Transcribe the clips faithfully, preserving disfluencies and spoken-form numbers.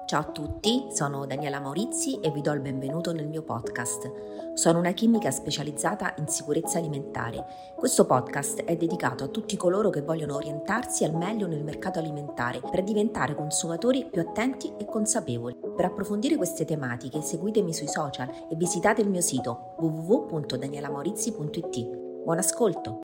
Ciao a tutti, sono Daniela Maurizi e vi do il benvenuto nel mio podcast. Sono una chimica specializzata in sicurezza alimentare. Questo podcast è dedicato a tutti coloro che vogliono orientarsi al meglio nel mercato alimentare per diventare consumatori più attenti e consapevoli. Per approfondire queste tematiche seguitemi sui social e visitate il mio sito w w w punto daniela maurizzi punto i t. Buon ascolto!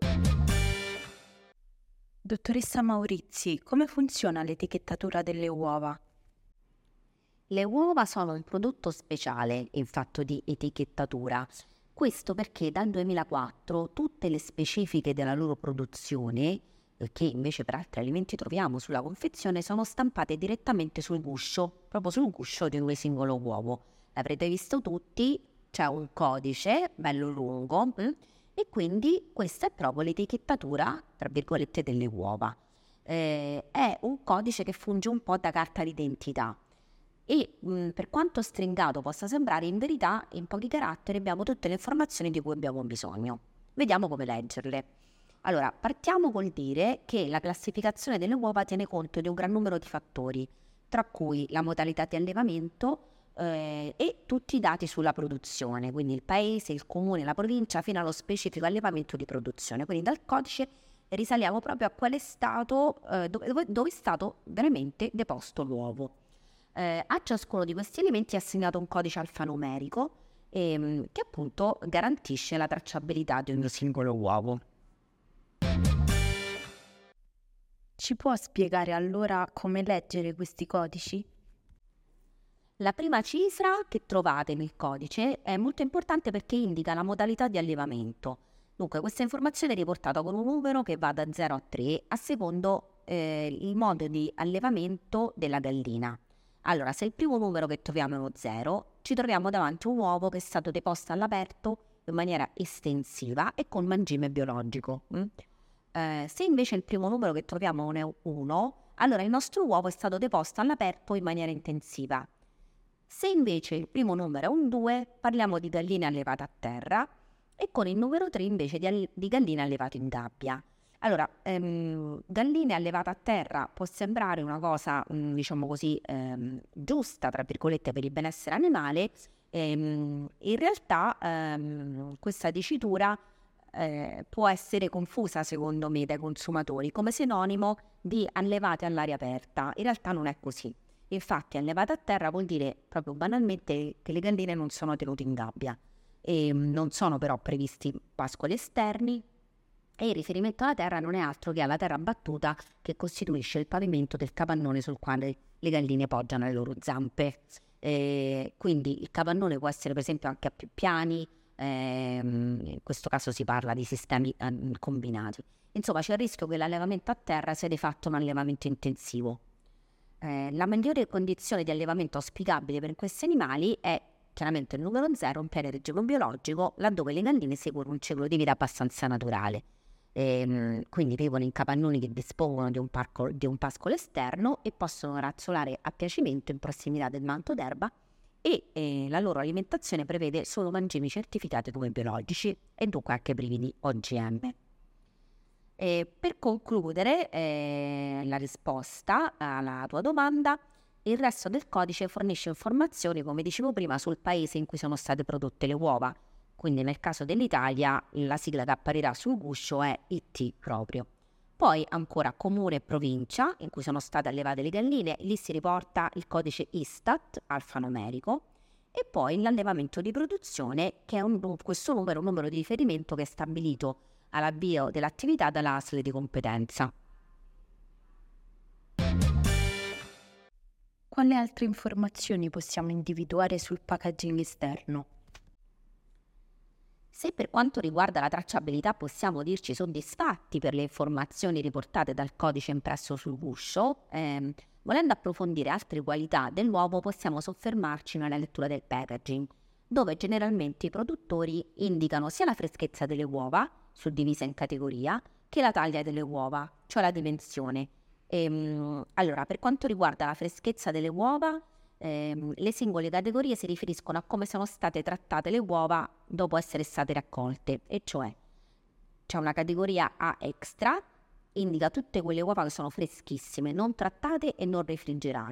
Dottoressa Maurizi, come funziona l'etichettatura delle uova? Le uova sono un prodotto speciale in fatto di etichettatura. Questo perché dal duemilaquattro tutte le specifiche della loro produzione, che invece per altri alimenti troviamo sulla confezione, sono stampate direttamente sul guscio, proprio sul guscio di ogni singolo uovo. L'avrete visto tutti, c'è un codice bello lungo hm? e quindi questa è proprio l'etichettatura, tra virgolette, delle uova. Eh, è un codice che funge un po' da carta d'identità. E mh, per quanto stringato possa sembrare, in verità in pochi caratteri abbiamo tutte le informazioni di cui abbiamo bisogno. Vediamo come leggerle. Allora, partiamo col dire che la classificazione delle uova tiene conto di un gran numero di fattori, tra cui la modalità di allevamento eh, e tutti i dati sulla produzione, quindi il paese, il comune, la provincia, fino allo specifico allevamento di produzione. Quindi dal codice risaliamo proprio a qual è stato, eh, dove, dove, dove è stato veramente deposto l'uovo. Eh, a ciascuno di questi elementi è assegnato un codice alfanumerico ehm, che appunto garantisce la tracciabilità di ogni singolo uovo. Ci può spiegare allora come leggere questi codici? La prima cifra che trovate nel codice è molto importante perché indica la modalità di allevamento. Dunque, questa informazione è riportata con un numero che va da zero a tre a secondo eh, il modo di allevamento della gallina. Allora, se il primo numero che troviamo è uno zero, ci troviamo davanti a un uovo che è stato deposto all'aperto in maniera estensiva e con mangime biologico. Mm? Eh, se invece il primo numero che troviamo è uno, allora il nostro uovo è stato deposto all'aperto in maniera intensiva. Se invece il primo numero è un due, parliamo di galline allevate a terra, e con il numero tre invece di, all- di galline allevate in gabbia. Allora, ehm, galline allevate a terra può sembrare una cosa, mh, diciamo così, ehm, giusta, tra virgolette, per il benessere animale. Ehm, in realtà ehm, questa dicitura eh, può essere confusa, secondo me, dai consumatori come sinonimo di allevate all'aria aperta. In realtà non è così. Infatti, allevate a terra vuol dire proprio banalmente che le galline non sono tenute in gabbia e mh, non sono però previsti pascoli esterni. E il riferimento alla terra non è altro che alla terra battuta che costituisce il pavimento del capannone sul quale le galline poggiano le loro zampe. Eh, quindi il capannone può essere per esempio anche a più piani, ehm, in questo caso si parla di sistemi eh, combinati. Insomma, c'è il rischio che l'allevamento a terra sia di fatto un allevamento intensivo. Eh, la migliore condizione di allevamento auspicabile per questi animali è chiaramente il numero zero, un pieno regime biologico, laddove le galline seguono un ciclo di vita abbastanza naturale. Ehm, quindi vivono in capannoni che dispongono di un, parco, di un pascolo esterno e possono razzolare a piacimento in prossimità del manto d'erba e eh, la loro alimentazione prevede solo mangimi certificati come biologici e dunque anche privi di O G M. E per concludere eh, la risposta alla tua domanda, il resto del codice fornisce informazioni, come dicevo prima, sul paese in cui sono state prodotte le uova. Quindi nel caso dell'Italia la sigla che apparirà sul guscio è I T proprio. Poi ancora comune e provincia in cui sono state allevate le galline, lì si riporta il codice Istat alfanumerico e poi l'allevamento di produzione che è un, questo numero, un numero di riferimento che è stabilito all'avvio dell'attività dalla A S L di competenza. Quali altre informazioni possiamo individuare sul packaging esterno? Se per quanto riguarda la tracciabilità possiamo dirci soddisfatti per le informazioni riportate dal codice impresso sul guscio, ehm, volendo approfondire altre qualità dell'uovo possiamo soffermarci nella lettura del packaging, dove generalmente i produttori indicano sia la freschezza delle uova, suddivisa in categoria, che la taglia delle uova, cioè la dimensione. Ehm, allora, per quanto riguarda la freschezza delle uova, ehm, le singole categorie si riferiscono a come sono state trattate le uova dopo essere state raccolte, e cioè c'è una categoria A extra, indica tutte quelle uova che sono freschissime, non trattate e non refrigerate,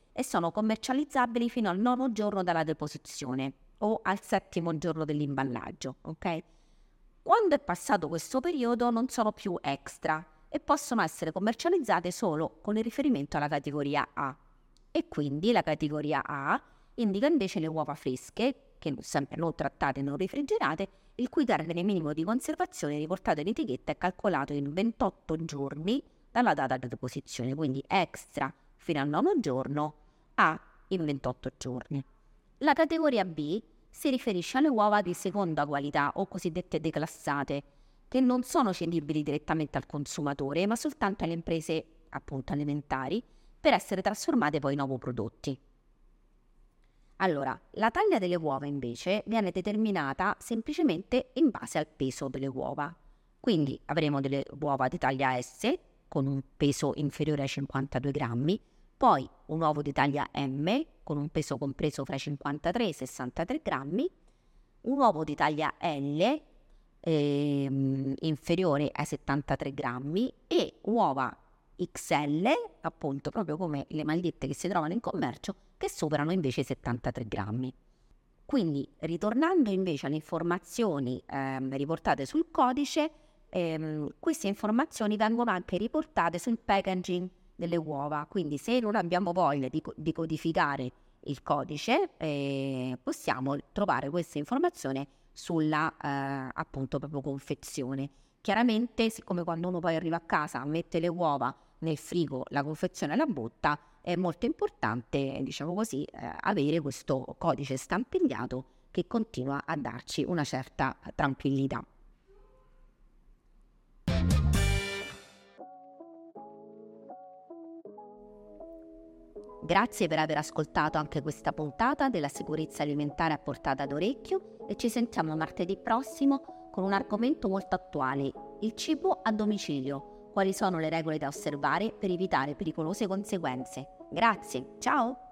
e sono commercializzabili fino al nono giorno dalla deposizione o al settimo giorno dell'imballaggio, ok? Quando è passato questo periodo non sono più extra e possono essere commercializzate solo con il riferimento alla categoria A. E quindi la categoria A indica invece le uova fresche, che sempre non trattate e non refrigerate, il cui termine minimo di conservazione riportato in etichetta è calcolato in ventotto giorni dalla data di deposizione, quindi extra fino al nono giorno, A in ventotto giorni. La categoria B si riferisce alle uova di seconda qualità o cosiddette declassate, che non sono cedibili direttamente al consumatore, ma soltanto alle imprese appunto alimentari, per essere trasformate poi in ovoprodotti. Allora, la taglia delle uova invece viene determinata semplicemente in base al peso delle uova. Quindi avremo delle uova di taglia S con un peso inferiore ai cinquantadue grammi, poi un uovo di taglia M con un peso compreso fra i cinquantatré e i sessantatré grammi, un uovo di taglia L ehm, inferiore ai settantatré grammi e uova X L, appunto proprio come le magliette che si trovano in commercio, che superano invece i settantatré grammi. Quindi, ritornando invece alle informazioni ehm, riportate sul codice, ehm, queste informazioni vengono anche riportate sul packaging delle uova, quindi se non abbiamo voglia di, di codificare il codice, eh, possiamo trovare questa informazione sulla eh, appunto proprio confezione. Chiaramente, siccome quando uno poi arriva a casa, mette le uova nel frigo, la confezione la butta, è molto importante, diciamo così, eh, avere questo codice stampigliato che continua a darci una certa tranquillità. Grazie per aver ascoltato anche questa puntata della sicurezza alimentare a portata d'orecchio e ci sentiamo martedì prossimo con un argomento molto attuale, il cibo a domicilio. Quali sono le regole da osservare per evitare pericolose conseguenze? Grazie, ciao!